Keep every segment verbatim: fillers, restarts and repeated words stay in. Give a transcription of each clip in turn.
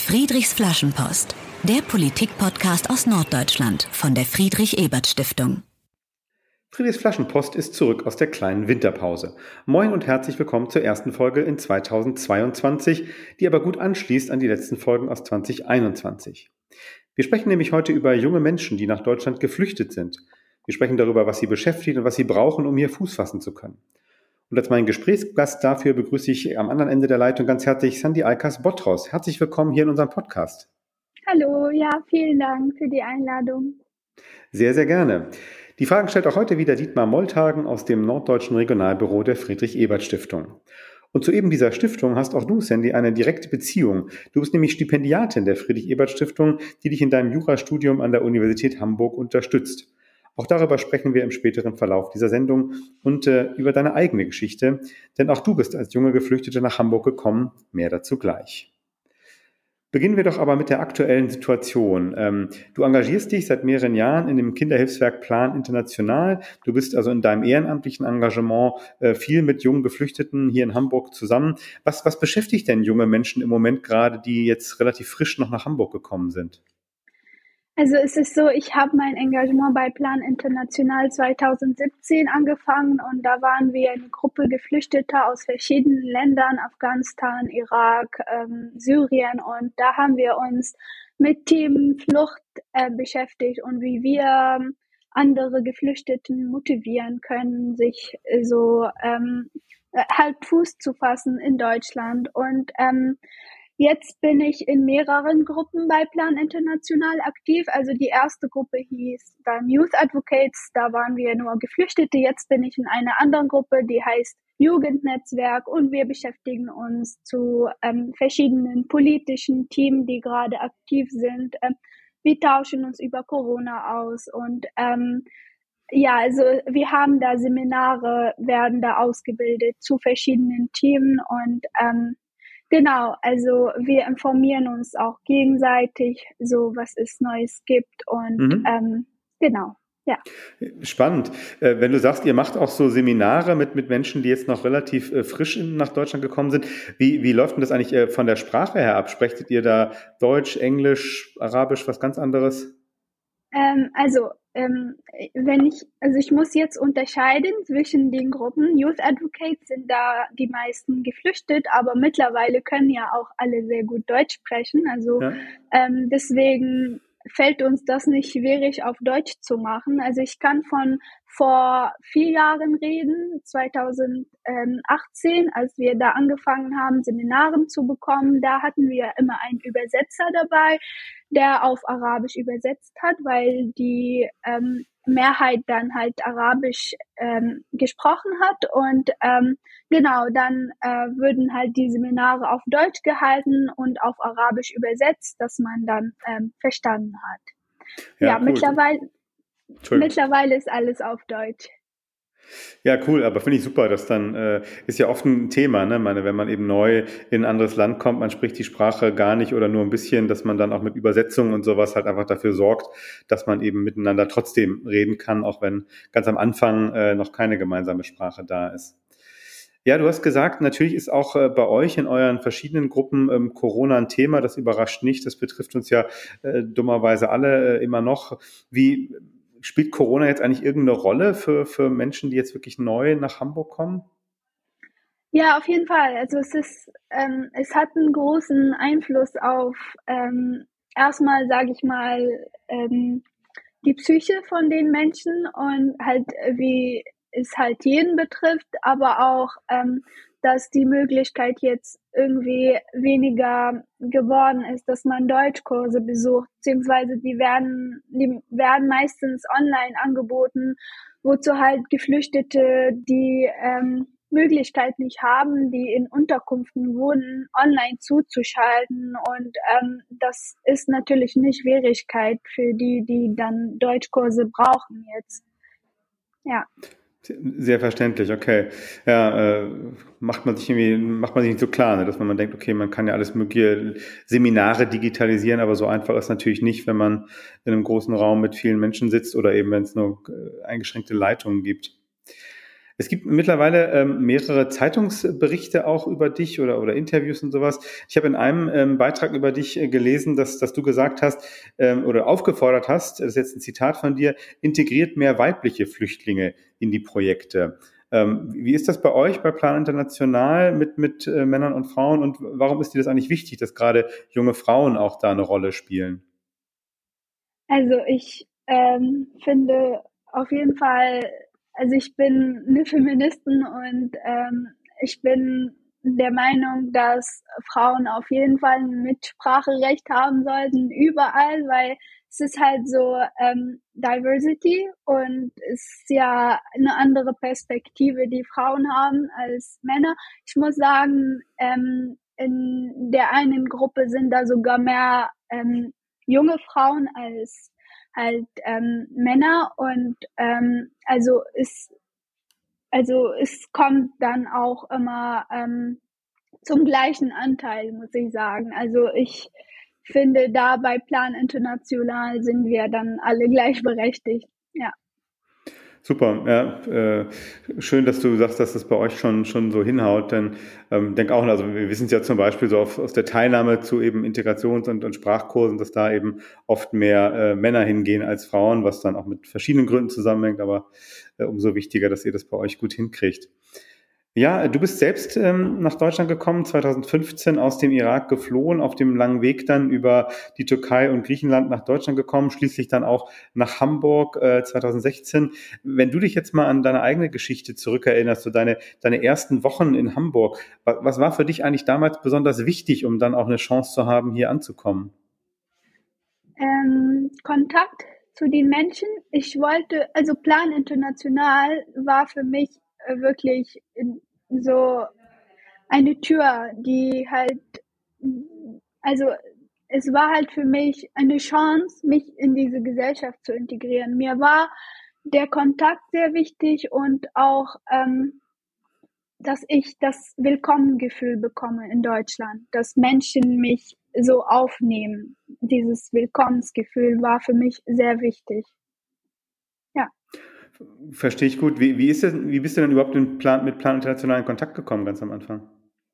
Friedrichs Flaschenpost, der Politik-Podcast aus Norddeutschland von der Friedrich-Ebert-Stiftung. Friedrichs Flaschenpost ist zurück aus der kleinen Winterpause. Moin und herzlich willkommen zur ersten Folge in zweitausendzweiundzwanzig, die aber gut anschließt an die letzten Folgen aus zweitausendeinundzwanzig. Wir sprechen nämlich heute über junge Menschen, die nach Deutschland geflüchtet sind. Wir sprechen darüber, was sie beschäftigt und was sie brauchen, um hier Fuß fassen zu können. Und als meinen Gesprächsgast dafür begrüße ich am anderen Ende der Leitung ganz herzlich Sandy Alkas-Botros. Herzlich willkommen hier in unserem Podcast. Hallo, ja, vielen Dank für die Einladung. Sehr, sehr gerne. Die Fragen stellt auch heute wieder Dietmar Molthagen aus dem Norddeutschen Regionalbüro der Friedrich-Ebert-Stiftung. Und zu eben dieser Stiftung hast auch du, Sandy, eine direkte Beziehung. Du bist nämlich Stipendiatin der Friedrich-Ebert-Stiftung, die dich in deinem Jurastudium an der Universität Hamburg unterstützt. Auch darüber sprechen wir im späteren Verlauf dieser Sendung und äh, über deine eigene Geschichte, denn auch du bist als junge Geflüchtete nach Hamburg gekommen. Mehr dazu gleich. Beginnen wir doch aber mit der aktuellen Situation. Ähm, du engagierst dich seit mehreren Jahren in dem Kinderhilfswerk Plan International. Du bist also in deinem ehrenamtlichen Engagement äh, viel mit jungen Geflüchteten hier in Hamburg zusammen. Was, was beschäftigt denn junge Menschen im Moment gerade, die jetzt relativ frisch noch nach Hamburg gekommen sind? Also es ist so, ich habe mein Engagement bei Plan International zweitausendsiebzehn angefangen und da waren wir eine Gruppe Geflüchteter aus verschiedenen Ländern, Afghanistan, Irak, ähm, Syrien, und da haben wir uns mit Themen Flucht äh, beschäftigt und wie wir andere Geflüchteten motivieren können, sich so ähm, halt Fuß zu fassen in Deutschland. Und ähm, Jetzt bin ich in mehreren Gruppen bei Plan International aktiv. Also die erste Gruppe hieß dann Youth Advocates, da waren wir nur Geflüchtete. Jetzt bin ich in einer anderen Gruppe, die heißt Jugendnetzwerk, und wir beschäftigen uns zu ähm, verschiedenen politischen Themen, die gerade aktiv sind. Ähm, wir tauschen uns über Corona aus und ähm, ja, also wir haben da Seminare, werden da ausgebildet zu verschiedenen Themen und ähm, Genau, also wir informieren uns auch gegenseitig, so was es Neues gibt und Mhm. ähm, genau, ja. Spannend. Äh, wenn du sagst, ihr macht auch so Seminare mit, mit Menschen, die jetzt noch relativ äh, frisch in, nach Deutschland gekommen sind, wie, wie läuft denn das eigentlich äh, von der Sprache her ab? Sprechtet ihr da Deutsch, Englisch, Arabisch, was ganz anderes? Ähm, also ähm, wenn ich, also ich muss jetzt unterscheiden zwischen den Gruppen. Youth Advocates sind da die meisten geflüchtet, aber mittlerweile können ja auch alle sehr gut Deutsch sprechen. Also Ja. ähm, deswegen fällt uns das nicht schwierig, auf Deutsch zu machen. Also ich kann von vor vier Jahren reden, zweitausendachtzehn, als wir da angefangen haben, Seminare zu bekommen. Da hatten wir immer einen Übersetzer dabei, der auf Arabisch übersetzt hat, weil die ähm, Mehrheit dann halt Arabisch ähm, gesprochen hat. Und ähm, genau, dann äh, würden halt die Seminare auf Deutsch gehalten und auf Arabisch übersetzt, dass man dann ähm, verstanden hat. Ja, Ja, cool. mittlerweile, Entschuldigung. mittlerweile ist alles auf Deutsch. Ja, cool, aber finde ich super, das dann äh, ist ja oft ein Thema, ne? Ich meine, wenn man eben neu in ein anderes Land kommt, man spricht die Sprache gar nicht oder nur ein bisschen, dass man dann auch mit Übersetzungen und sowas halt einfach dafür sorgt, dass man eben miteinander trotzdem reden kann, auch wenn ganz am Anfang äh, noch keine gemeinsame Sprache da ist. Ja, du hast gesagt, natürlich ist auch äh, bei euch in euren verschiedenen Gruppen ähm, Corona ein Thema, das überrascht nicht, das betrifft uns ja äh, dummerweise alle äh, immer noch. Wie Spielt Corona jetzt eigentlich irgendeine Rolle für, für Menschen, die jetzt wirklich neu nach Hamburg kommen? Ja, auf jeden Fall. Also es ist, ähm, es hat einen großen Einfluss auf ähm, erstmal, sage ich mal, ähm, die Psyche von den Menschen und halt äh, wie es halt jeden betrifft, aber auch, ähm, dass die Möglichkeit jetzt irgendwie weniger geworden ist, dass man Deutschkurse besucht, beziehungsweise die werden, die werden meistens online angeboten, wozu halt Geflüchtete, die ähm, Möglichkeit nicht haben, die in Unterkünften wohnen, online zuzuschalten. Und ähm, das ist natürlich eine Schwierigkeit für die, die dann Deutschkurse brauchen jetzt. Ja. Sehr verständlich, okay. Ja, äh, macht man sich irgendwie, macht man sich nicht so klar, ne? Dass man, man denkt, okay, man kann ja alles mögliche Seminare digitalisieren, aber so einfach ist natürlich nicht, wenn man in einem großen Raum mit vielen Menschen sitzt oder eben wenn es nur äh, eingeschränkte Leitungen gibt. Es gibt mittlerweile ähm, mehrere Zeitungsberichte auch über dich oder, oder Interviews und sowas. Ich habe in einem ähm, Beitrag über dich äh, gelesen, dass, dass du gesagt hast ähm, oder aufgefordert hast, das ist jetzt ein Zitat von dir, integriert mehr weibliche Flüchtlinge in die Projekte. Ähm, wie ist das bei euch, bei Plan International mit, mit äh, Männern und Frauen, und warum ist dir das eigentlich wichtig, dass gerade junge Frauen auch da eine Rolle spielen? Also ich ähm, finde auf jeden Fall, also ich bin eine Feministin und ähm, ich bin der Meinung, dass Frauen auf jeden Fall ein Mitspracherecht haben sollten, überall, weil es ist halt so ähm, Diversity und es ist ja eine andere Perspektive, die Frauen haben als Männer. Ich muss sagen, ähm, in der einen Gruppe sind da sogar mehr ähm, junge Frauen als halt ähm, Männer und ähm, also es also es kommt dann auch immer ähm, zum gleichen Anteil, muss ich sagen. Also ich finde, da bei Plan International sind wir dann alle gleichberechtigt. Ja. Super, ja, äh, schön, dass du sagst, dass das bei euch schon schon so hinhaut, denn ähm, denk auch, also wir wissen es ja zum Beispiel so auf, aus der Teilnahme zu eben Integrations- und, und Sprachkursen, dass da eben oft mehr äh, Männer hingehen als Frauen, was dann auch mit verschiedenen Gründen zusammenhängt, aber äh, umso wichtiger, dass ihr das bei euch gut hinkriegt. Ja, du bist selbst ähm, nach Deutschland gekommen, zwanzig fünfzehn aus dem Irak geflohen, auf dem langen Weg dann über die Türkei und Griechenland nach Deutschland gekommen, schließlich dann auch nach Hamburg äh, zwanzig sechzehn. Wenn du dich jetzt mal an deine eigene Geschichte zurückerinnerst, so deine, deine ersten Wochen in Hamburg, was, was war für dich eigentlich damals besonders wichtig, um dann auch eine Chance zu haben, hier anzukommen? Ähm, Kontakt zu den Menschen. Ich wollte, also Plan International war für mich äh, wirklich in, so eine Tür, die halt, also es war halt für mich eine Chance, mich in diese Gesellschaft zu integrieren. Mir war der Kontakt sehr wichtig und auch, ähm, dass ich das Willkommengefühl bekomme in Deutschland, dass Menschen mich so aufnehmen. Dieses Willkommensgefühl war für mich sehr wichtig. Ja. Verstehe ich gut. Wie, wie, ist denn, wie bist du denn überhaupt in Plan, mit Plan International in Kontakt gekommen, ganz am Anfang?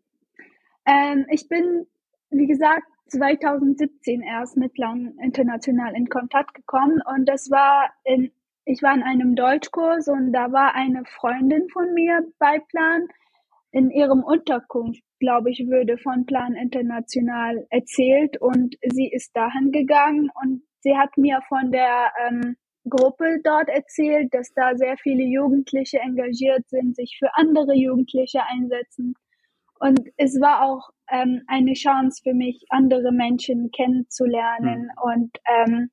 Ähm, ich bin, wie gesagt, zwanzig siebzehn erst mit Plan International in Kontakt gekommen und das war in, ich war in einem Deutschkurs und da war eine Freundin von mir bei Plan. In ihrem Unterkunft, glaube ich, würde von Plan International erzählt und sie ist dahin gegangen und sie hat mir von der ähm, Gruppe dort erzählt, dass da sehr viele Jugendliche engagiert sind, sich für andere Jugendliche einsetzen. Und es war auch ähm, eine Chance für mich, andere Menschen kennenzulernen Hm. und ähm,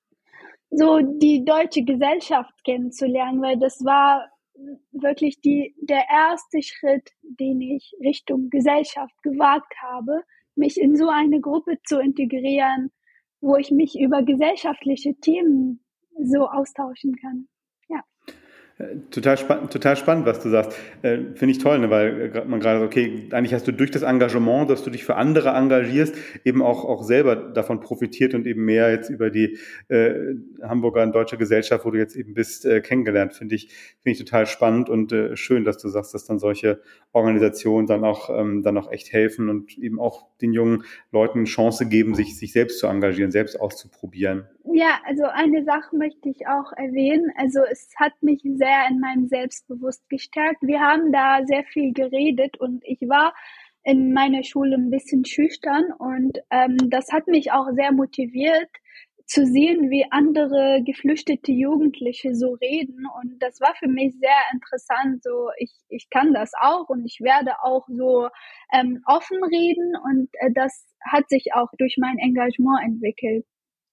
so die deutsche Gesellschaft kennenzulernen, weil das war wirklich die, der erste Schritt, den ich Richtung Gesellschaft gewagt habe, mich in so eine Gruppe zu integrieren, wo ich mich über gesellschaftliche Themen so austauschen kann. Ja. Total spannend, total spannend, was du sagst. Äh, Finde ich toll, ne? Weil äh, man gerade so, okay, eigentlich hast du durch das Engagement, dass du dich für andere engagierst, eben auch, auch selber davon profitiert und eben mehr jetzt über die äh, Hamburger und deutsche Gesellschaft, wo du jetzt eben bist, äh, kennengelernt. Finde ich, finde ich total spannend und äh, schön, dass du sagst, dass dann solche Organisationen dann auch, ähm, dann auch echt helfen und eben auch den jungen Leuten eine Chance geben, sich, sich selbst zu engagieren, selbst auszuprobieren. Ja, also eine Sache möchte ich auch erwähnen. Also es hat mich sehr in meinem Selbstbewusst gestärkt. Wir haben da sehr viel geredet und ich war in meiner Schule ein bisschen schüchtern und ähm, das hat mich auch sehr motiviert zu sehen, wie andere geflüchtete Jugendliche so reden und das war für mich sehr interessant. So ich ich kann das auch und ich werde auch so ähm, offen reden und äh, das hat sich auch durch mein Engagement entwickelt.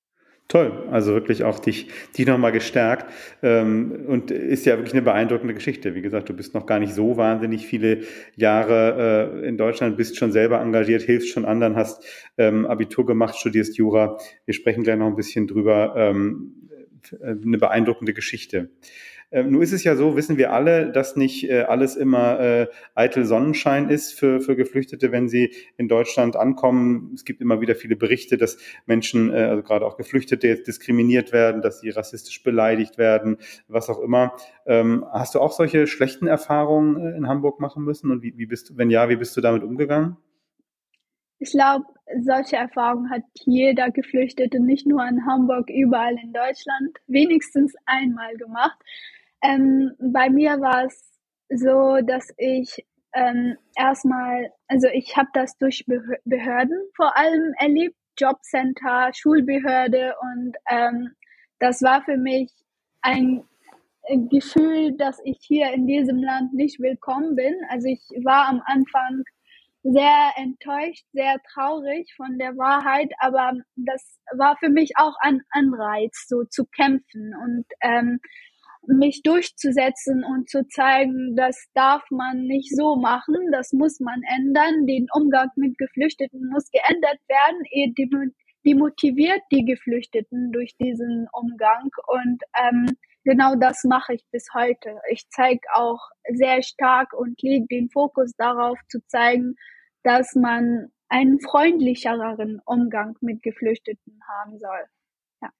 Toll, also wirklich auch dich, dich nochmal gestärkt ähm, und ist ja wirklich eine beeindruckende Geschichte. Wie gesagt, du bist noch gar nicht so wahnsinnig viele Jahre äh, in Deutschland, bist schon selber engagiert, hilfst schon anderen, hast ähm, Abitur gemacht, studierst Jura. Wir sprechen gleich noch ein bisschen drüber. Ähm, eine beeindruckende Geschichte. Ähm, nun ist es ja so, wissen wir alle, dass nicht äh, alles immer äh, eitel Sonnenschein ist für, für Geflüchtete, wenn sie in Deutschland ankommen. Es gibt immer wieder viele Berichte, dass Menschen, äh, also gerade auch Geflüchtete, jetzt diskriminiert werden, dass sie rassistisch beleidigt werden, was auch immer. Ähm, hast du auch solche schlechten Erfahrungen äh, in Hamburg machen müssen? Und wie, wie bist du, wenn ja, wie bist du damit umgegangen? Ich glaube, solche Erfahrungen hat jeder Geflüchtete, nicht nur in Hamburg, überall in Deutschland, wenigstens einmal gemacht. Ähm, bei mir war es so, dass ich ähm, erstmal, also ich habe das durch Behö- Behörden vor allem erlebt, Jobcenter, Schulbehörde, und ähm, das war für mich ein ein Gefühl, dass ich hier in diesem Land nicht willkommen bin. Also ich war am Anfang sehr enttäuscht, sehr traurig von der Wahrheit, aber das war für mich auch ein Anreiz, so zu kämpfen und ähm, mich durchzusetzen und zu zeigen, das darf man nicht so machen, das muss man ändern, den Umgang mit Geflüchteten muss geändert werden, eh demotiviert die Geflüchteten durch diesen Umgang, und ähm, genau das mache ich bis heute. Ich zeige auch sehr stark und lege den Fokus darauf zu zeigen, dass man einen freundlicheren Umgang mit Geflüchteten haben soll. Ja.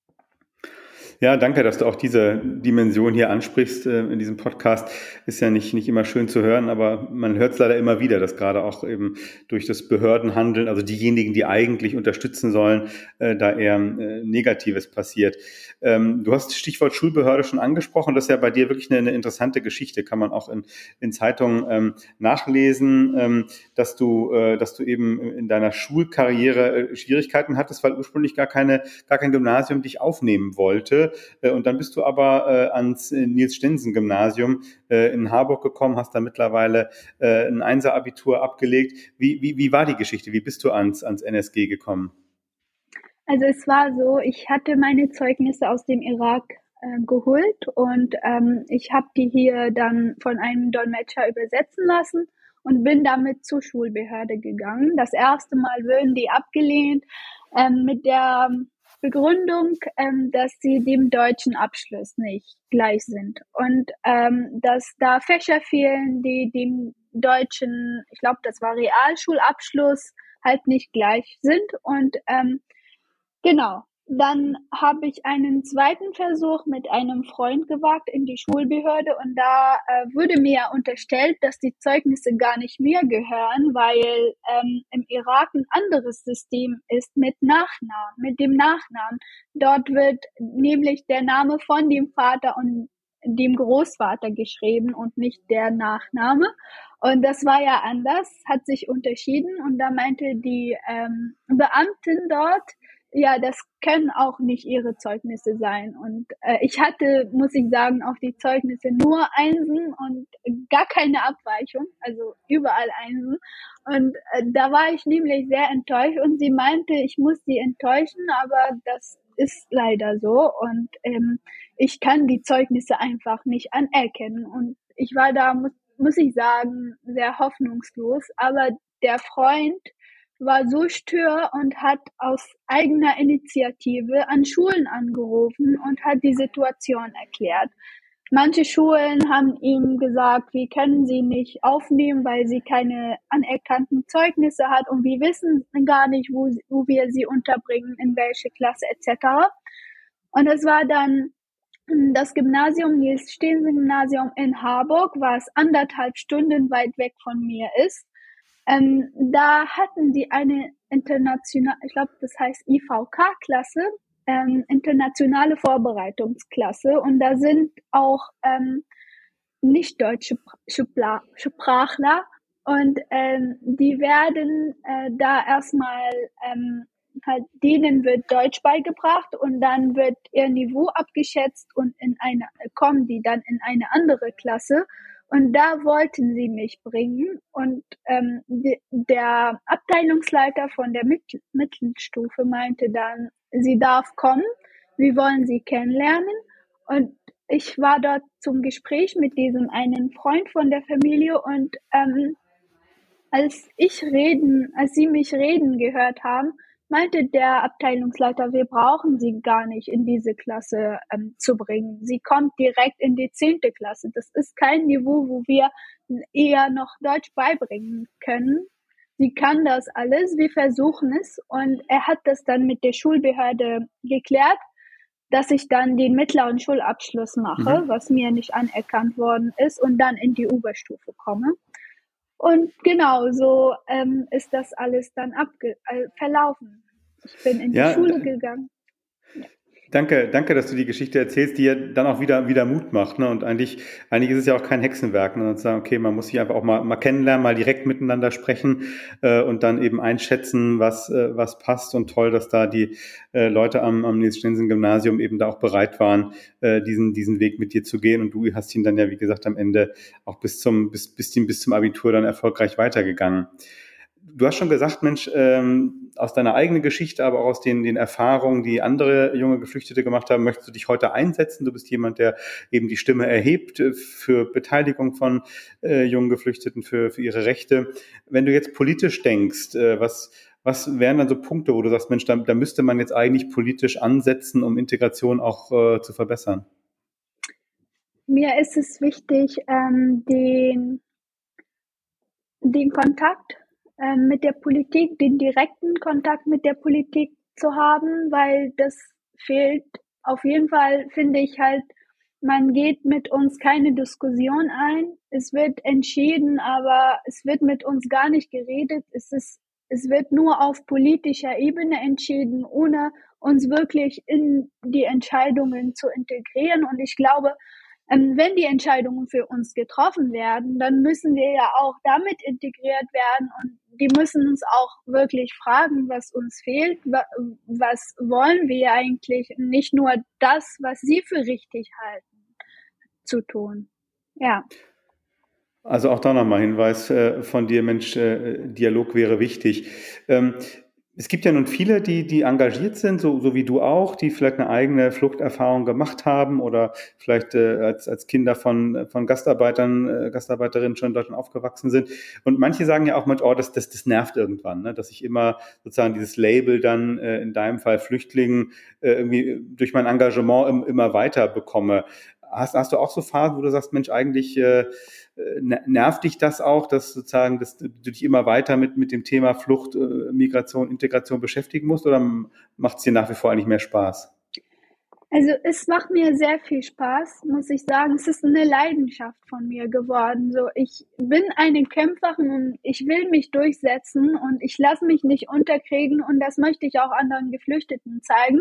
Ja, danke, dass du auch diese Dimension hier ansprichst äh, in diesem Podcast. Ist ja nicht, nicht immer schön zu hören, aber man hört es leider immer wieder, dass gerade auch eben durch das Behördenhandeln, also diejenigen, die eigentlich unterstützen sollen, äh, da eher äh, Negatives passiert. Ähm, du hast Stichwort Schulbehörde schon angesprochen. Das ist ja bei dir wirklich eine, eine interessante Geschichte. Kann man auch in, in Zeitungen ähm, nachlesen, ähm, dass du, äh, dass du eben in deiner Schulkarriere äh, Schwierigkeiten hattest, weil ursprünglich gar keine, gar kein Gymnasium dich aufnehmen wollte. Und dann bist du aber äh, ans Niels-Stensen-Gymnasium äh, in Harburg gekommen, hast da mittlerweile äh, ein Einser-Abitur abgelegt. Wie, wie, wie war die Geschichte? Wie bist du ans, ans N S G gekommen? Also es war so, ich hatte meine Zeugnisse aus dem Irak äh, geholt, und ähm, ich habe die hier dann von einem Dolmetscher übersetzen lassen und bin damit zur Schulbehörde gegangen. Das erste Mal wurden die abgelehnt ähm, mit der Begründung, ähm, dass sie dem deutschen Abschluss nicht gleich sind und ähm, dass da Fächer fehlen, die dem deutschen, ich glaube, das war Realschulabschluss, halt nicht gleich sind. Und ähm, genau, dann habe ich einen zweiten Versuch mit einem Freund gewagt in die Schulbehörde, und da äh, wurde mir ja unterstellt, dass die Zeugnisse gar nicht mir gehören, weil ähm, im Irak ein anderes System ist mit Nachnamen, mit dem Nachnamen. Dort wird nämlich der Name von dem Vater und dem Großvater geschrieben und nicht der Nachname. Und das war ja anders, hat sich unterschieden, und da meinte die ähm, Beamtin dort, ja, das können auch nicht ihre Zeugnisse sein. Und äh, ich hatte, muss ich sagen, auf die Zeugnisse nur Einsen und gar keine Abweichung, also überall Einsen. Und äh, da war ich nämlich sehr enttäuscht, und sie meinte, ich muss sie enttäuschen, aber das ist leider so, und ähm, ich kann die Zeugnisse einfach nicht anerkennen. Und ich war da, muss, muss ich sagen, sehr hoffnungslos, aber der Freund war so stör und hat aus eigener Initiative an Schulen angerufen und hat die Situation erklärt. Manche Schulen haben ihm gesagt, wir können sie nicht aufnehmen, weil sie keine anerkannten Zeugnisse hat, und wir wissen gar nicht, wo, wo wir sie unterbringen, in welche Klasse et cetera. Und es war dann das Gymnasium, Niels-Stensen-Gymnasium in Harburg, was anderthalb Stunden weit weg von mir ist. Ähm, da hatten sie eine internationale, ich glaube, das heißt I V K-Klasse, ähm, internationale Vorbereitungsklasse, und da sind auch ähm, nicht deutsche Sprachler, und ähm, die werden äh, da erstmal ähm, halt, denen wird Deutsch beigebracht, und dann wird ihr Niveau abgeschätzt, und in eine kommen die dann in eine andere Klasse. Und da wollten sie mich bringen, und ähm, de, der Abteilungsleiter von der Mittel, Mittelstufe meinte dann, sie darf kommen, wir wollen sie kennenlernen. Und ich war dort zum Gespräch mit diesem einen Freund von der Familie, und ähm, als ich reden, als sie mich reden gehört haben, meinte der Abteilungsleiter, wir brauchen sie gar nicht in diese Klasse ähm, zu bringen. Sie kommt direkt in die zehnte Klasse. Das ist kein Niveau, wo wir eher noch Deutsch beibringen können. Sie kann das alles, wir versuchen es. Und er hat das dann mit der Schulbehörde geklärt, dass ich dann den mittleren Schulabschluss mache, mhm. was mir nicht anerkannt worden ist, und dann in die Oberstufe komme. Und genau so ähm, ist das alles dann abge- äh, verlaufen. Ich bin in die ja, Schule gegangen. Danke, danke, dass du die Geschichte erzählst, die ja dann auch wieder, wieder Mut macht, ne? Und eigentlich, eigentlich ist es ja auch kein Hexenwerk, ne? Und sagen, okay, man muss sich einfach auch mal, mal kennenlernen, mal direkt miteinander sprechen, äh, und dann eben einschätzen, was, äh, was passt. Und toll, dass da die, äh, Leute am, am Nils-Stinsen-Gymnasium eben da auch bereit waren, äh, diesen, diesen Weg mit dir zu gehen. Und du hast ihn dann ja, wie gesagt, am Ende auch bis zum, bis, bis, bis zum Abitur dann erfolgreich weitergegangen. Du hast schon gesagt, Mensch, ähm, aus deiner eigenen Geschichte, aber auch aus den, den Erfahrungen, die andere junge Geflüchtete gemacht haben, möchtest du dich heute einsetzen. Du bist jemand, der eben die Stimme erhebt für Beteiligung von äh, jungen Geflüchteten, für, für ihre Rechte. Wenn du jetzt politisch denkst, äh, was, was wären dann so Punkte, wo du sagst, Mensch, da, da müsste man jetzt eigentlich politisch ansetzen, um Integration auch äh, zu verbessern? Mir ist es wichtig, ähm, den, den Kontakt mit der Politik, den direkten Kontakt mit der Politik zu haben, weil das fehlt. Auf jeden Fall finde ich halt, man geht mit uns keine Diskussion ein. Es wird entschieden, aber es wird mit uns gar nicht geredet. Es ist, es wird nur auf politischer Ebene entschieden, ohne uns wirklich in die Entscheidungen zu integrieren. Und ich glaube, wenn die Entscheidungen für uns getroffen werden, dann müssen wir ja auch damit integriert werden, und die müssen uns auch wirklich fragen, was uns fehlt, was wollen wir eigentlich, nicht nur das, was sie für richtig halten, zu tun. Ja. Also auch da nochmal Hinweis äh, von dir, Mensch, äh, Dialog wäre wichtig. Ähm, Es gibt ja nun viele, die, die engagiert sind, so, so wie du auch, die vielleicht eine eigene Fluchterfahrung gemacht haben oder vielleicht äh, als, als Kinder von, von Gastarbeitern, äh, Gastarbeiterinnen schon in Deutschland aufgewachsen sind. Und manche sagen ja auch mit, oh, das, das, das nervt irgendwann, ne? Dass ich immer sozusagen dieses Label dann, äh, in deinem Fall Flüchtling, äh, irgendwie durch mein Engagement im, immer weiter bekomme. Hast, hast du auch so Phasen, wo du sagst, Mensch, eigentlich äh, nervt dich das auch, dass sozusagen dass du dich immer weiter mit, mit dem Thema Flucht, äh, Migration, Integration beschäftigen musst, oder macht es dir nach wie vor eigentlich mehr Spaß? Also es macht mir sehr viel Spaß, muss ich sagen. Es ist eine Leidenschaft von mir geworden. So, ich bin eine Kämpferin und ich will mich durchsetzen und ich lasse mich nicht unterkriegen, und das möchte ich auch anderen Geflüchteten zeigen.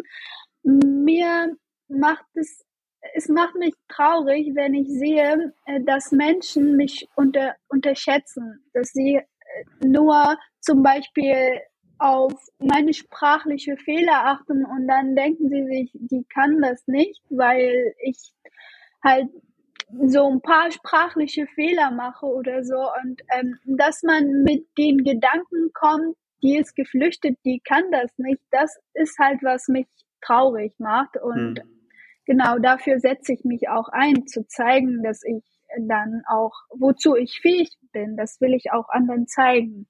Mir macht es Es macht mich traurig, wenn ich sehe, dass Menschen mich unter, unterschätzen, dass sie nur zum Beispiel auf meine sprachliche Fehler achten, und dann denken sie sich, die kann das nicht, weil ich halt so ein paar sprachliche Fehler mache oder so, und ähm, dass man mit den Gedanken kommt, die ist geflüchtet, die kann das nicht, das ist halt, was mich traurig macht. Und hm. Genau, dafür setze ich mich auch ein, zu zeigen, dass ich dann auch, wozu ich fähig bin, das will ich auch anderen zeigen.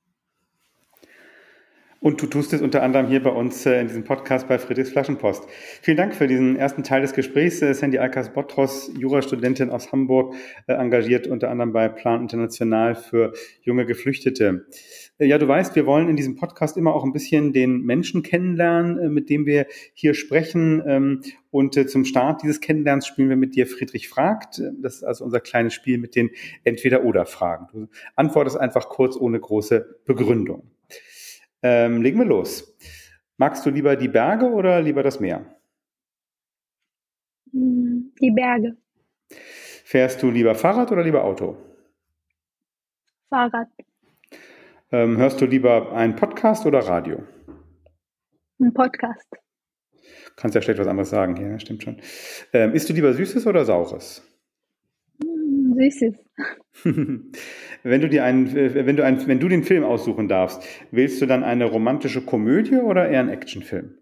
Und du tust es unter anderem hier bei uns äh, in diesem Podcast bei Friedrichs Flaschenpost. Vielen Dank für diesen ersten Teil des Gesprächs. Äh, Sandy Alkas-Botros, Jurastudentin aus Hamburg, äh, engagiert unter anderem bei Plan International für junge Geflüchtete. Äh, ja, du weißt, wir wollen in diesem Podcast immer auch ein bisschen den Menschen kennenlernen, äh, mit dem wir hier sprechen. Ähm, und äh, zum Start dieses Kennenlernens spielen wir mit dir Friedrich fragt. Das ist also unser kleines Spiel mit den Entweder-Oder-Fragen. Du antwortest einfach kurz, ohne große Begründung. Ähm, legen wir los. Magst du lieber die Berge oder lieber das Meer? Die Berge. Fährst du lieber Fahrrad oder lieber Auto? Fahrrad. Ähm, hörst du lieber einen Podcast oder Radio? Ein Podcast. Kannst ja schlecht was anderes sagen hier, stimmt schon. Ähm, isst du lieber Süßes oder Saures? Süßes. Wenn du dir einen, wenn du einen, wenn du den Film aussuchen darfst, wählst du dann eine romantische Komödie oder eher einen Actionfilm?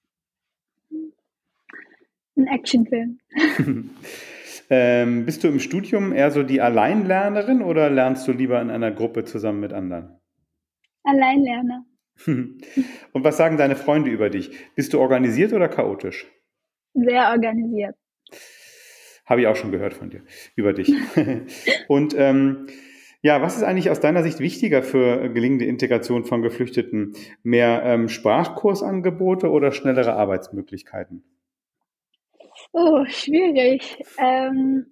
Ein Actionfilm. ähm, bist du im Studium eher so die Alleinlernerin oder lernst du lieber in einer Gruppe zusammen mit anderen? Alleinlerner. Und was sagen deine Freunde über dich? Bist du organisiert oder chaotisch? Sehr organisiert. Habe ich auch schon gehört von dir, über dich. Und ähm, ja, was ist eigentlich aus deiner Sicht wichtiger für gelingende Integration von Geflüchteten? Mehr ähm, Sprachkursangebote oder schnellere Arbeitsmöglichkeiten? Oh, schwierig. Ähm,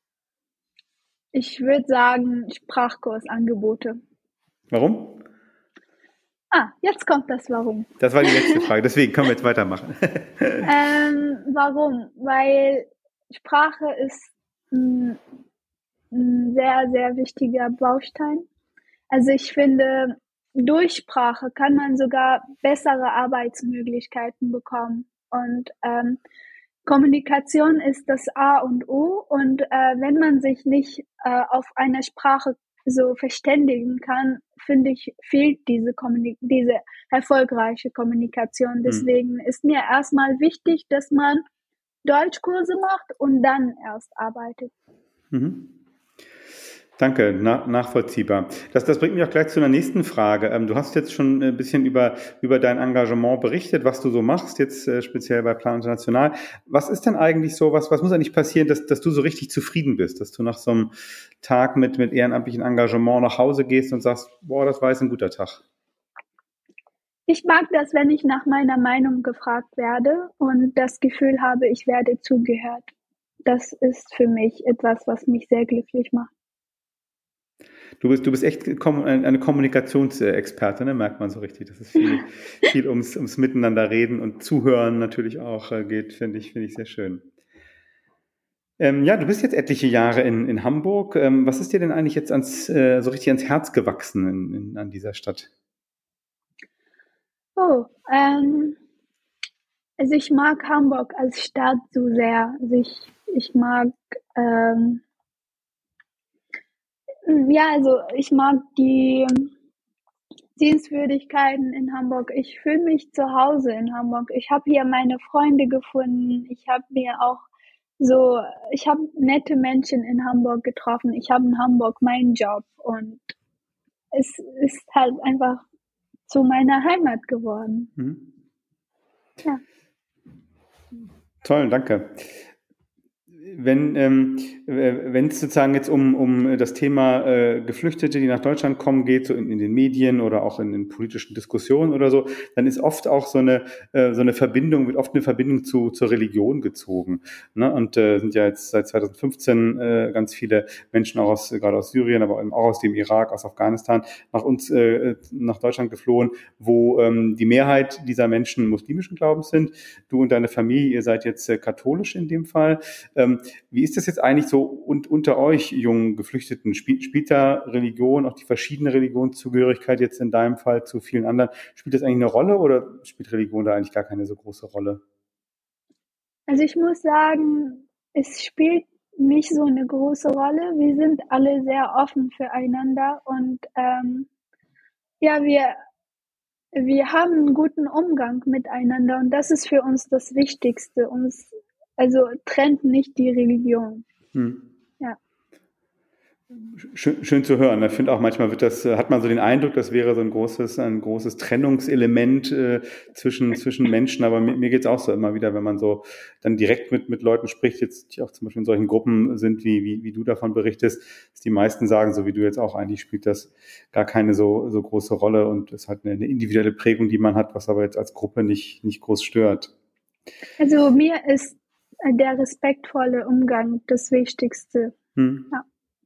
ich würde sagen Sprachkursangebote. Warum? Ah, jetzt kommt das Warum. Das war die letzte Frage, deswegen können wir jetzt weitermachen. ähm, warum? Weil Sprache ist ein, ein sehr, sehr wichtiger Baustein. Also ich finde, durch Sprache kann man sogar bessere Arbeitsmöglichkeiten bekommen. Und ähm, Kommunikation ist das A und O. Und äh, wenn man sich nicht äh, auf eine Sprache so verständigen kann, finde ich, fehlt diese, Kommunik- diese erfolgreiche Kommunikation. Deswegen ist mir erstmal wichtig, dass man Deutschkurse macht und dann erst arbeitet. Mhm. Danke, na, nachvollziehbar. Das, das bringt mich auch gleich zu einer nächsten Frage. Ähm, du hast jetzt schon ein bisschen über, über dein Engagement berichtet, was du so machst, jetzt äh, speziell bei Plan International. Was ist denn eigentlich so, was, was muss eigentlich passieren, dass, dass du so richtig zufrieden bist, dass du nach so einem Tag mit, mit ehrenamtlichem Engagement nach Hause gehst und sagst, boah, das war jetzt ein guter Tag? Ich mag das, wenn ich nach meiner Meinung gefragt werde und das Gefühl habe, ich werde zugehört. Das ist für mich etwas, was mich sehr glücklich macht. Du bist, du bist echt eine Kommunikationsexperte, ne? Merkt man so richtig. Das ist viel, viel ums, ums Miteinander reden und Zuhören natürlich auch geht, finde ich, finde ich sehr schön. Ähm, ja, du bist jetzt etliche Jahre in, in Hamburg. Ähm, was ist dir denn eigentlich jetzt ans, äh, so richtig ans Herz gewachsen in, in, an dieser Stadt? Oh, ähm, also ich mag Hamburg als Stadt so sehr. Also ich, ich mag, ähm, ja, also ich mag die Sehenswürdigkeiten in Hamburg. Ich fühle mich zu Hause in Hamburg. Ich habe hier meine Freunde gefunden. Ich habe mir auch so, ich habe nette Menschen in Hamburg getroffen. Ich habe in Hamburg meinen Job und es ist halt einfach zu meiner Heimat geworden. Mhm. Ja. Toll, danke. Wenn ähm, wenn es sozusagen jetzt um, um das Thema äh, Geflüchtete, die nach Deutschland kommen, geht, so in, in den Medien oder auch in, in politischen Diskussionen oder so, dann ist oft auch so eine äh, so eine Verbindung, wird oft eine Verbindung zu zur Religion gezogen. Ne? Und äh, sind ja jetzt seit zwanzig fünfzehn äh, ganz viele Menschen auch aus gerade aus Syrien, aber auch aus dem Irak, aus Afghanistan nach uns äh, nach Deutschland geflohen, wo ähm, die Mehrheit dieser Menschen muslimischen Glaubens sind. Du und deine Familie, ihr seid jetzt äh, katholisch in dem Fall. Ähm, Wie ist das jetzt eigentlich so und, unter euch jungen Geflüchteten? Spielt, spielt da Religion, auch die verschiedene Religionszugehörigkeit jetzt in deinem Fall zu vielen anderen, spielt das eigentlich eine Rolle oder spielt Religion da eigentlich gar keine so große Rolle? Also ich muss sagen, es spielt nicht so eine große Rolle. Wir sind alle sehr offen füreinander und ähm, ja, wir wir haben einen guten Umgang miteinander und das ist für uns das Wichtigste. Uns also trennt nicht die Religion. Hm. Ja. Schön, schön zu hören. Ich finde auch manchmal wird das, hat man so den Eindruck, das wäre so ein großes, ein großes Trennungselement äh, zwischen, zwischen Menschen. Aber mir, mir geht es auch so immer wieder, wenn man so dann direkt mit, mit Leuten spricht, jetzt die auch zum Beispiel in solchen Gruppen sind, wie, wie, wie du davon berichtest, dass die meisten sagen, so wie du jetzt auch, eigentlich spielt das gar keine so, so große Rolle und es hat eine, eine individuelle Prägung, die man hat, was aber jetzt als Gruppe nicht, nicht groß stört. Also mir ist der respektvolle Umgang das Wichtigste. Hm. Ja.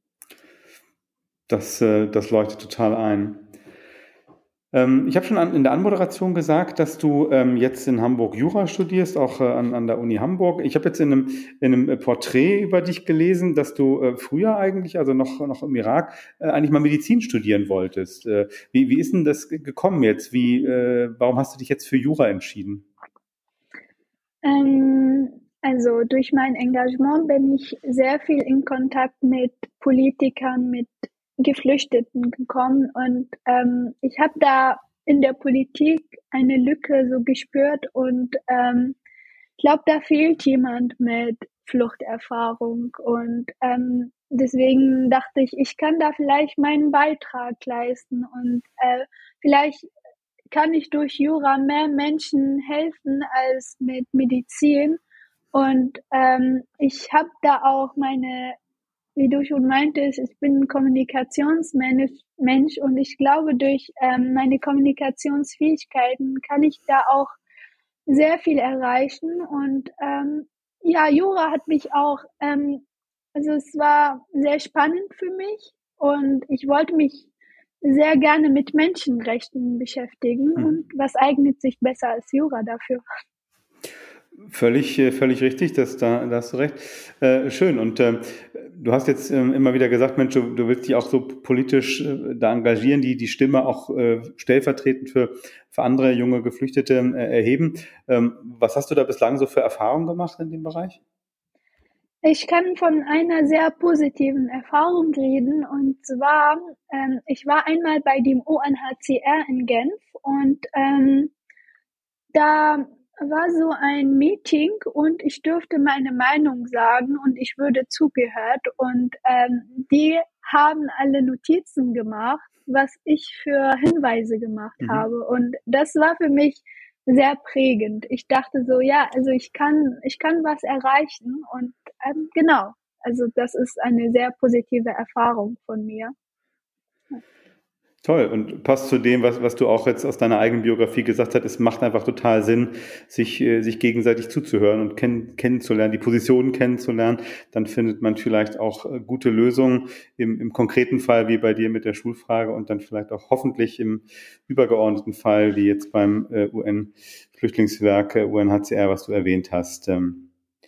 Das, das leuchtet total ein. Ähm, ich habe schon an, in der Anmoderation gesagt, dass du ähm, jetzt in Hamburg Jura studierst, auch äh, an, an der Uni Hamburg. Ich habe jetzt in einem, in einem Porträt über dich gelesen, dass du äh, früher eigentlich, also noch, noch im Irak, äh, eigentlich mal Medizin studieren wolltest. Äh, wie, wie ist denn das gekommen jetzt? Wie, äh, warum hast du dich jetzt für Jura entschieden? Ähm, also durch mein Engagement bin ich sehr viel in Kontakt mit Politikern, mit Geflüchteten gekommen und ähm, ich habe da in der Politik eine Lücke so gespürt und ähm, ich glaube, da fehlt jemand mit Fluchterfahrung und ähm, deswegen dachte ich, ich kann da vielleicht meinen Beitrag leisten und äh, vielleicht kann ich durch Jura mehr Menschen helfen als mit Medizin. Und ähm, ich habe da auch meine, wie du schon meintest, ich bin ein Kommunikationsmensch Mensch und ich glaube, durch ähm, meine Kommunikationsfähigkeiten kann ich da auch sehr viel erreichen. Und ähm, ja, Jura hat mich auch, ähm, also es war sehr spannend für mich und ich wollte mich sehr gerne mit Menschenrechten beschäftigen. Hm. Und was eignet sich besser als Jura dafür? Völlig, äh, völlig richtig, das, da, da hast du recht. Äh, schön. Und äh, du hast jetzt äh, immer wieder gesagt, Mensch, du, du willst dich auch so politisch äh, da engagieren, die die Stimme auch äh, stellvertretend für, für andere junge Geflüchtete äh, erheben. Ähm, was hast du da bislang so für Erfahrungen gemacht in dem Bereich? Ich kann von einer sehr positiven Erfahrung reden und zwar, ähm, ich war einmal bei dem U N H C R in Genf und ähm, da war so ein Meeting und ich durfte meine Meinung sagen und ich würde zugehört und ähm, die haben alle Notizen gemacht, was ich für Hinweise gemacht Mhm. habe und das war für mich sehr prägend. Ich dachte so, ja, also ich kann, ich kann was erreichen und ähm, genau, also das ist eine sehr positive Erfahrung von mir. Toll und passt zu dem, was, was du auch jetzt aus deiner eigenen Biografie gesagt hast. Es macht einfach total Sinn, sich, äh, sich gegenseitig zuzuhören und kenn, kennenzulernen, die Positionen kennenzulernen. Dann findet man vielleicht auch äh, gute Lösungen im, im konkreten Fall, wie bei dir mit der Schulfrage und dann vielleicht auch hoffentlich im übergeordneten Fall, wie jetzt beim äh, U N-Flüchtlingswerk, äh, U N H C R, was du erwähnt hast. Ähm,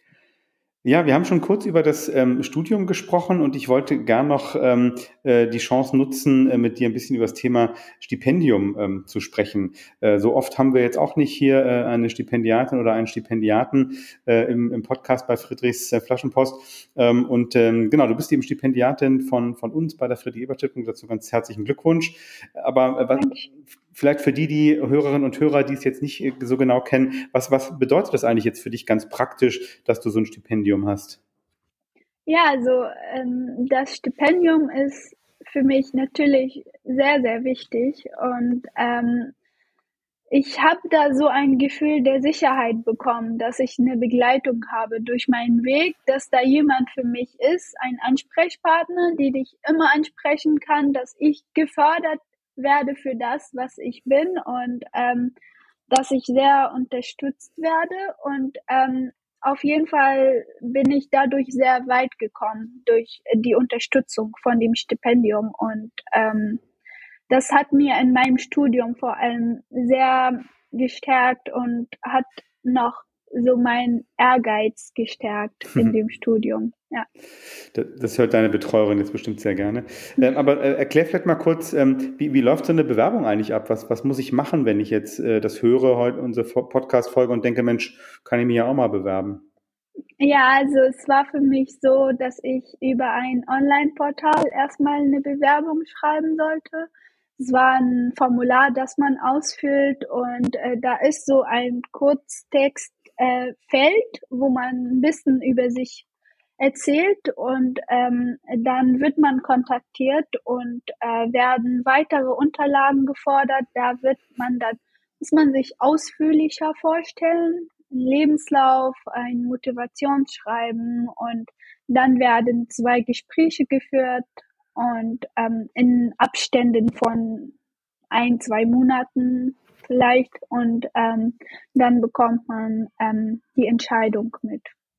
Ja, wir haben schon kurz über das ähm, Studium gesprochen und ich wollte gern noch ähm, äh, die Chance nutzen, äh, mit dir ein bisschen über das Thema Stipendium ähm, zu sprechen. Äh, so oft haben wir jetzt auch nicht hier äh, eine Stipendiatin oder einen Stipendiaten äh, im, im Podcast bei Friedrichs äh, Flaschenpost. Ähm, und ähm, genau, du bist eben Stipendiatin von, von uns bei der Friedrich-Ebert-Stiftung. Dazu ganz herzlichen Glückwunsch. Aber äh, was, vielleicht für die, die Hörerinnen und Hörer, die es jetzt nicht so genau kennen, was, was bedeutet das eigentlich jetzt für dich ganz praktisch, dass du so ein Stipendium hast? Ja, also ähm, das Stipendium ist für mich natürlich sehr, sehr wichtig und ähm, ich habe da so ein Gefühl der Sicherheit bekommen, dass ich eine Begleitung habe durch meinen Weg, dass da jemand für mich ist, ein Ansprechpartner, die dich immer ansprechen kann, dass ich gefördert werde für das, was ich bin und ähm, dass ich sehr unterstützt werde und ähm, auf jeden Fall bin ich dadurch sehr weit gekommen durch die Unterstützung von dem Stipendium und ähm, das hat mir in meinem Studium vor allem sehr gestärkt und hat noch so meinen Ehrgeiz gestärkt in dem Studium. Ja. Das, das hört deine Betreuerin jetzt bestimmt sehr gerne. Ähm, aber äh, erklär vielleicht mal kurz, ähm, wie, wie läuft so eine Bewerbung eigentlich ab? Was, was muss ich machen, wenn ich jetzt äh, das höre, heute unsere Podcast-Folge und denke, Mensch, kann ich mich ja auch mal bewerben? Ja, also es war für mich so, dass ich über ein Online-Portal erstmal eine Bewerbung schreiben sollte. Es war ein Formular, das man ausfüllt und äh, da ist so ein Kurztextfeld, äh, Feld, wo man ein bisschen über sich erzählt und ähm, dann wird man kontaktiert und äh, werden weitere Unterlagen gefordert. Da wird man dann, muss man sich ausführlicher vorstellen, ein Lebenslauf, ein Motivationsschreiben und dann werden zwei Gespräche geführt und ähm, in Abständen von ein, zwei Monaten vielleicht und ähm, dann bekommt man ähm, die Entscheidung mit.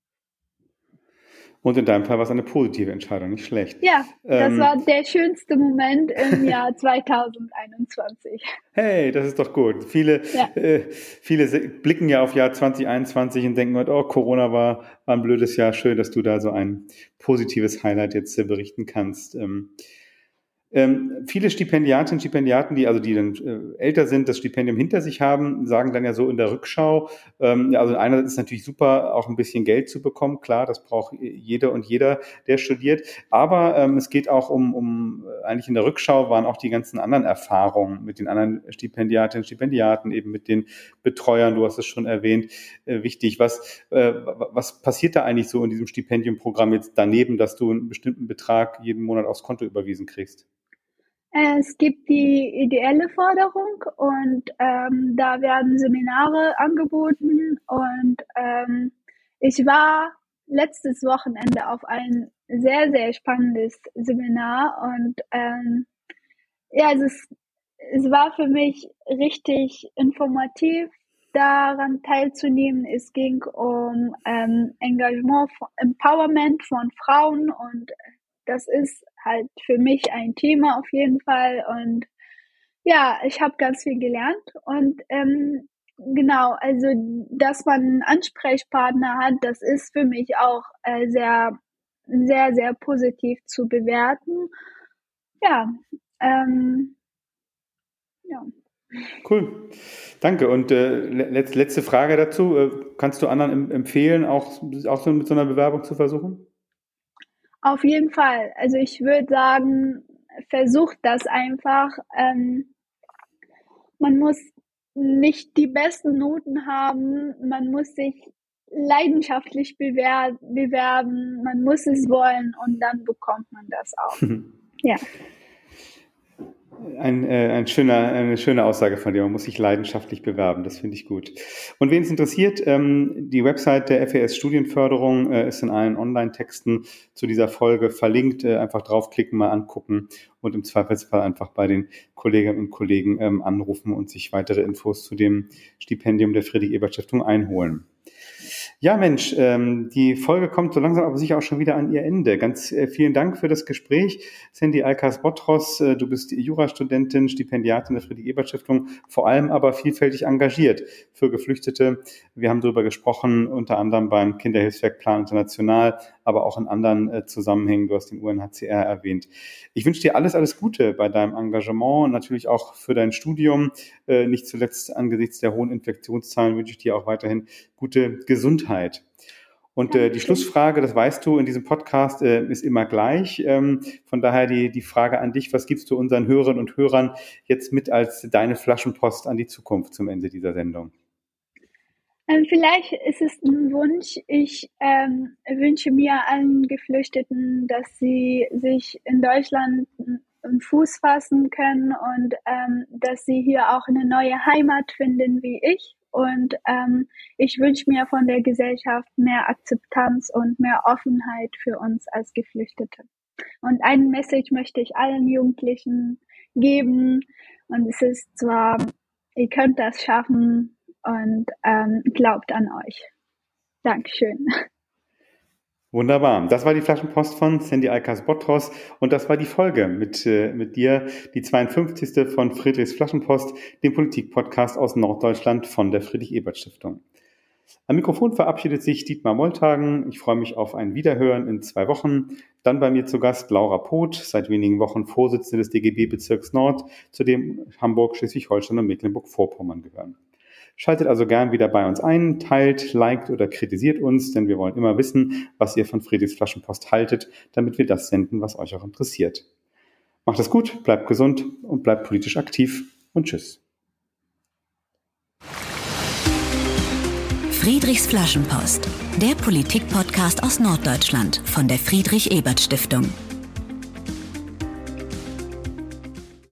Und in deinem Fall war es eine positive Entscheidung, nicht schlecht. Ja, das Ähm, war der schönste Moment im Jahr zweitausendeinundzwanzig. Hey, das ist doch gut. Viele, Ja. äh, viele se- blicken ja auf Jahr zwanzig einundzwanzig und denken, oh, Corona war, war ein blödes Jahr. Schön, dass du da so ein positives Highlight jetzt äh, berichten kannst. Ähm, Ähm, viele Stipendiatinnen, Stipendiaten, die also die dann äh, älter sind, das Stipendium hinter sich haben, sagen dann ja so in der Rückschau, ähm, ja, also einerseits ist natürlich super, auch ein bisschen Geld zu bekommen, klar, das braucht jede und jeder, der studiert, aber ähm, es geht auch um, um, äh, eigentlich in der Rückschau waren auch die ganzen anderen Erfahrungen mit den anderen Stipendiatinnen, Stipendiaten, eben mit den Betreuern, du hast es schon erwähnt, äh, wichtig. Was, äh, was passiert da eigentlich so in diesem Stipendiumprogramm jetzt daneben, dass du einen bestimmten Betrag jeden Monat aufs Konto überwiesen kriegst? Es gibt die ideelle Förderung und ähm, da werden Seminare angeboten und ähm, ich war letztes Wochenende auf ein sehr, sehr spannendes Seminar und ähm, ja, es, ist, es war für mich richtig informativ, daran teilzunehmen. Es ging um ähm, Engagement, Empowerment von Frauen und das ist halt für mich ein Thema auf jeden Fall und ja, ich habe ganz viel gelernt und ähm, genau, also dass man einen Ansprechpartner hat, das ist für mich auch äh, sehr, sehr, sehr positiv zu bewerten. Ja, ähm, ja. Cool, danke. Und äh, let, letzte Frage dazu. Äh, kannst du anderen empfehlen, auch, auch so mit so einer Bewerbung zu versuchen? Auf jeden Fall. Also ich würde sagen, versucht das einfach. Ähm, man muss nicht die besten Noten haben, man muss sich leidenschaftlich bewer- bewerben, man muss es wollen und dann bekommt man das auch. Ja. Ein, äh, ein schöner, eine schöne Aussage von dir. Man muss sich leidenschaftlich bewerben. Das finde ich gut. Und wen es interessiert, ähm, die Website der F E S Studienförderung äh, ist in allen Online-Texten zu dieser Folge verlinkt. Äh, einfach draufklicken, mal angucken und im Zweifelsfall einfach bei den Kolleginnen und Kollegen ähm, anrufen und sich weitere Infos zu dem Stipendium der Friedrich-Ebert-Stiftung einholen. Ja, Mensch, ähm, die Folge kommt so langsam aber sicher auch schon wieder an ihr Ende. Ganz äh, vielen Dank für das Gespräch. Sandy Alkas-Botros, äh, du bist Jurastudentin, Stipendiatin der Friedrich-Ebert-Stiftung, vor allem aber vielfältig engagiert für Geflüchtete. Wir haben darüber gesprochen, unter anderem beim Kinderhilfswerk Plan International, aber auch in anderen äh, Zusammenhängen. Du hast den U N H C R erwähnt. Ich wünsche dir alles, alles Gute bei deinem Engagement und natürlich auch für dein Studium. Äh, nicht zuletzt angesichts der hohen Infektionszahlen wünsche ich dir auch weiterhin gute Gesundheit. Und äh, die Schlussfrage, das weißt du, in diesem Podcast äh, ist immer gleich. Ähm, von daher die, die Frage an dich, was gibst du unseren Hörerinnen und Hörern jetzt mit als deine Flaschenpost an die Zukunft zum Ende dieser Sendung? Ähm, vielleicht ist es ein Wunsch. Ich ähm, wünsche mir allen Geflüchteten, dass sie sich in Deutschland einen Fuß fassen können und ähm, dass sie hier auch eine neue Heimat finden wie ich. Und ähm, ich wünsche mir von der Gesellschaft mehr Akzeptanz und mehr Offenheit für uns als Geflüchtete. Und ein Message möchte ich allen Jugendlichen geben. Und es ist zwar, ihr könnt das schaffen und ähm, glaubt an euch. Dankeschön. Wunderbar. Das war die Flaschenpost von Sandy Alkas-Botros und das war die Folge mit, äh, mit dir, die zweiundfünfzigste von Friedrichs Flaschenpost, dem Politik-Podcast aus Norddeutschland von der Friedrich-Ebert-Stiftung. Am Mikrofon verabschiedet sich Dietmar Molthagen. Ich freue mich auf ein Wiederhören in zwei Wochen. Dann bei mir zu Gast Laura Poth, seit wenigen Wochen Vorsitzende des D G B-Bezirks Nord, zu dem Hamburg, Schleswig-Holstein und Mecklenburg-Vorpommern gehören. Schaltet also gern wieder bei uns ein, teilt, liked oder kritisiert uns, denn wir wollen immer wissen, was ihr von Friedrichs Flaschenpost haltet, damit wir das senden, was euch auch interessiert. Macht es gut, bleibt gesund und bleibt politisch aktiv und tschüss. Friedrichs Flaschenpost, der Politik-Podcast aus Norddeutschland von der Friedrich-Ebert-Stiftung.